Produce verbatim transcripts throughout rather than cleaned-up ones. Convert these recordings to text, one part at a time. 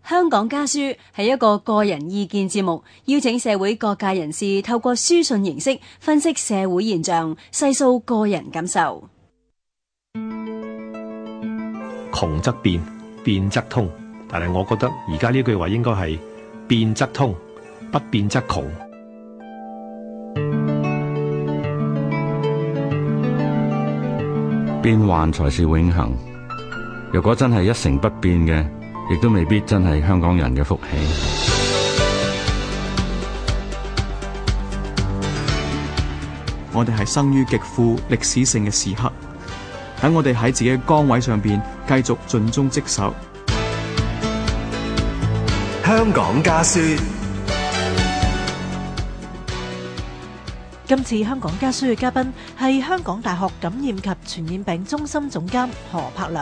香港家書係一個個人意見節目，邀請社會各界人士透過書信形式分析社會現象，細數個人感受。 窮則變，變則通，但係我覺得而家呢句話應該係變則通，不變則窮。 變幻才是永恆，如果真係一成不變嘅，亦都未必真係香港人嘅福氣。 我哋係生於極富歷史性嘅時刻，等我哋喺自己嘅崗位上邊繼續盡忠職守。 香港家書。 今次香港家書嘅嘉賓係香港大學感染及傳染病中心總監何柏良。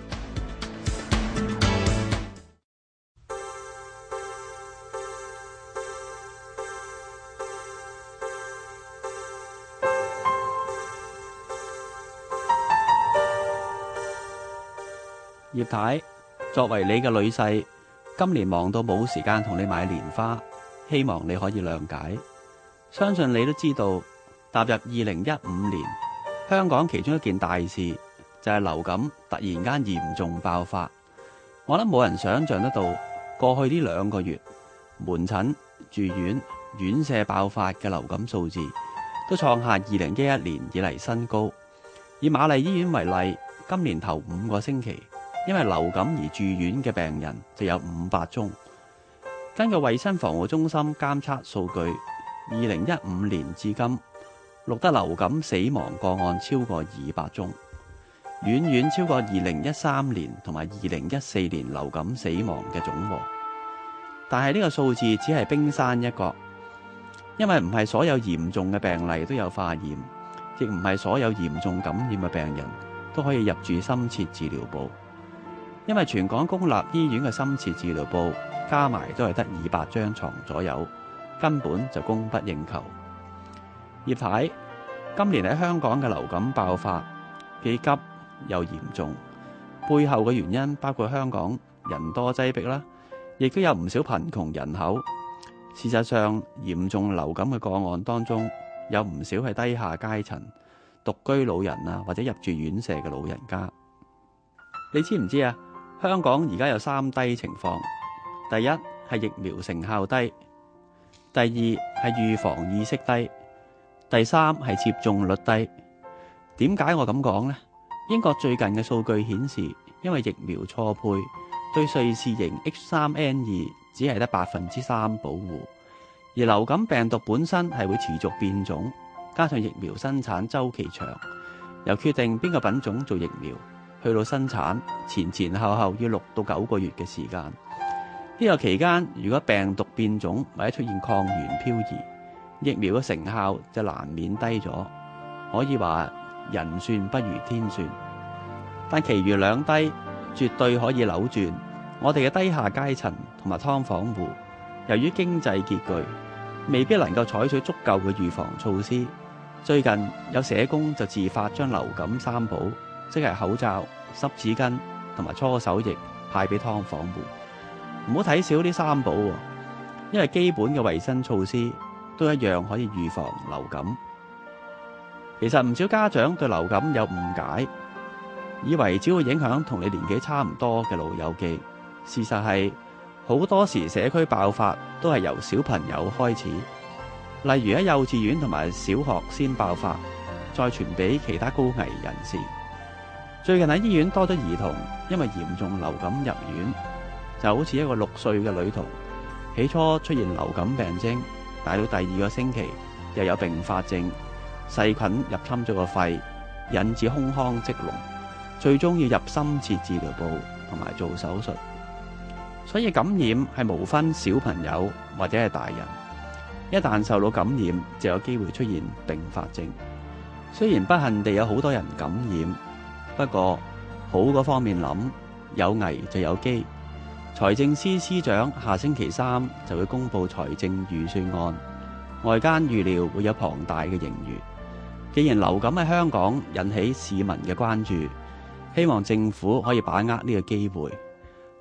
葉太，作為你嘅女婿，今年忙到冇時間同你買蓮花，希望你可以諒解。相信你都知道，踏入二零一五年，香港其中一件大事就係流感突然間嚴重爆發。我諗冇人想象得到，過去呢兩個月，門診、住院、院舍爆發嘅流感數字都創下二零一一年以嚟新高。以瑪麗醫院為例，今年頭五個星期，因為流感而住院嘅病人就有五百宗。根據衛生防護中心監測數據，二零一五年至今錄得流感死亡個案超過二百宗，遠遠超過二零一三年同埋二零一四年流感死亡嘅總和。但係呢個數字只係冰山一角，因為唔係所有嚴重嘅病例都有化驗，亦唔係所有嚴重感染嘅病人都可以入住深切治療部。因為全港公立醫院嘅深切治療部加埋都係得二百張床左右，根本就供不應求。葉太，今年喺香港嘅流感爆發既急又嚴重，背後嘅原因包括香港人多擠迫啦，亦都有唔少貧窮人口。事實上，嚴重流感嘅個案當中有唔少係低下階層、獨居老人啊，或者入住院舍嘅老人家。你知唔知啊？香港而家有三低情況，第一係疫苗成效低，第二係預防意識低，第三係接種率低。點解我咁講呢？英國最近嘅數據顯示，因為疫苗錯配，對瑞士型 H 三 N 二只係得百分之三保護，而流感病毒本身係會持續變種，加上疫苗生產週期長，由決定邊個品種做疫苗去到生產前前後後要六到九個月嘅時間。呢個期間，如果病毒變種或者出現抗原漂移，疫苗嘅成效就難免低咗。可以話人算不如天算，但其餘兩低絕對可以扭轉。我哋嘅低下階層同埋劏房戶，由於經濟拮據，未必能夠採取足夠嘅預防措施。最近有社工就自發將流感三寶，即係口罩、濕紙巾同埋搓手液派俾劏房戶。唔好睇少呢三寶，因為基本嘅衛生措施都一樣可以預防流感。其實唔少家長對流感有誤解，以為只會影響同你年紀差唔多嘅老友記。事實係好多時社區爆發都係由小朋友開始，例如喺幼稚園同埋小學先爆發，再傳俾其他高危人士。最近喺醫院多咗兒童因為嚴重流感入院，就好似一個六歲嘅女童，起初出現流感病徵，但到第二個星期又有併發症，細菌入侵咗個肺，引致胸腔積膿，最終要入深切治療部同埋做手術。所以感染係無分小朋友或者係大人，一旦受到感染就有機會出現併發症。雖然不幸地有好多人感染，不過好嗰方面諗，有危就有機。財政司司長下星期三就會公布財政預算案，外間預料會有龐大嘅盈餘。既然流感喺香港引起市民嘅關注，希望政府可以把握呢個機會，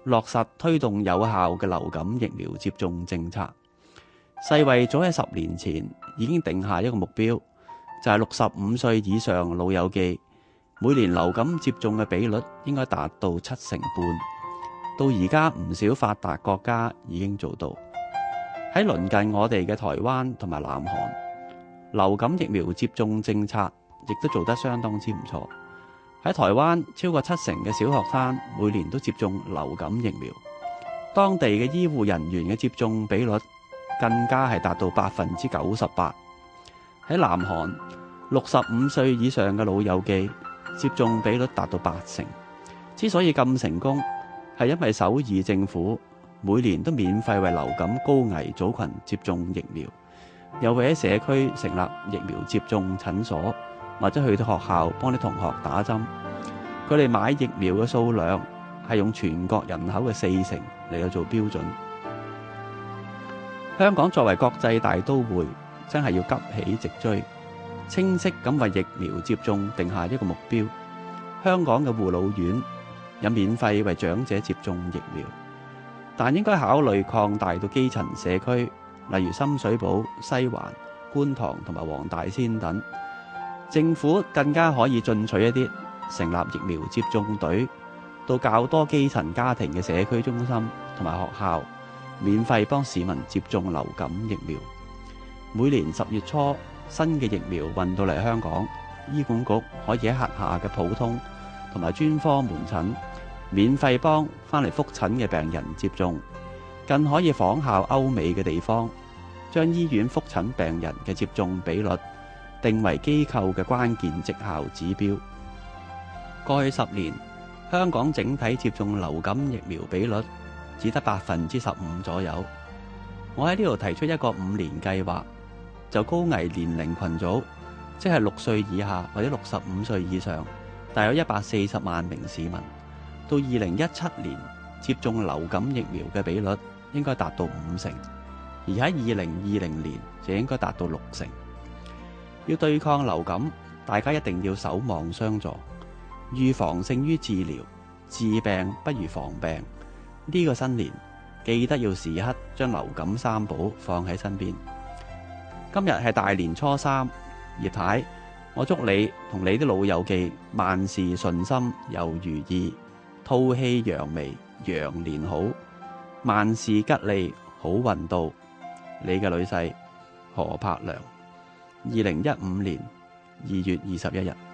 落實推動有效嘅流感疫苗接種政策。世衛早喺十年前已經定下一個目標，就係六十五歲以上老友記每年流感接種嘅比率應該達到七成半。到而家唔少發達國家已經做到。喺鄰近我哋嘅台灣同埋南韓，流感疫苗接種政策亦都做得相當之唔錯。喺台灣，超過七成嘅小學生每年都接種流感疫苗，當地嘅醫護人員嘅接種比率更加係達到百分之九十八。喺南韓，六十五歲以上嘅老友記接種比率達到八成。之所以咁成功，係因為首爾政府每年都免費為流感高危組群接種疫苗，又會喺社區成立疫苗接種診所，或者去到學校幫啲同學打針。佢哋買疫苗嘅數量係用全國人口嘅四成嚟到做標準。香港作為國際大都會，真係要急起直追，清晰咁為疫苗接種定下一個目標。香港嘅護老院有免費為長者接種疫苗，但應該考慮擴大到基層社區，例如深水埗、西環、觀塘同埋黃大仙等。政府更加可以進取一啲，成立疫苗接種隊，到較多基層家庭嘅社區中心同埋學校，免費幫市民接種流感疫苗。每年十月初，新嘅疫苗運到嚟香港，醫管局可以喺轄下嘅普通同埋專科門診免費幫返嚟覆診嘅病人接種，更可以仿效歐美嘅地方，將醫院覆診病人嘅接種比率定為機構嘅關鍵績效指標。過去十年，香港整體接種流感疫苗比率只得百分之十五左右。我喺呢度提出一個五年計劃，就高危年齡群組，即係六歲以下或者六十五歲以上，大約一百四十萬名市民，到二零一七年接種流感疫苗嘅比率應該達到五成，而喺二零二零年就應該達到六成。要對抗流感，大家一定要守望相助，預防勝於治療，治病不如防病。呢個新年記得要時刻將流感三寶放喺身邊。今日係大年初三，葉太，我祝你同你啲老友記萬事順心又如意，吐氣揚眉，羊年好，萬事吉利，好運到。你嘅女婿何柏良，二零一五年二月二十一日。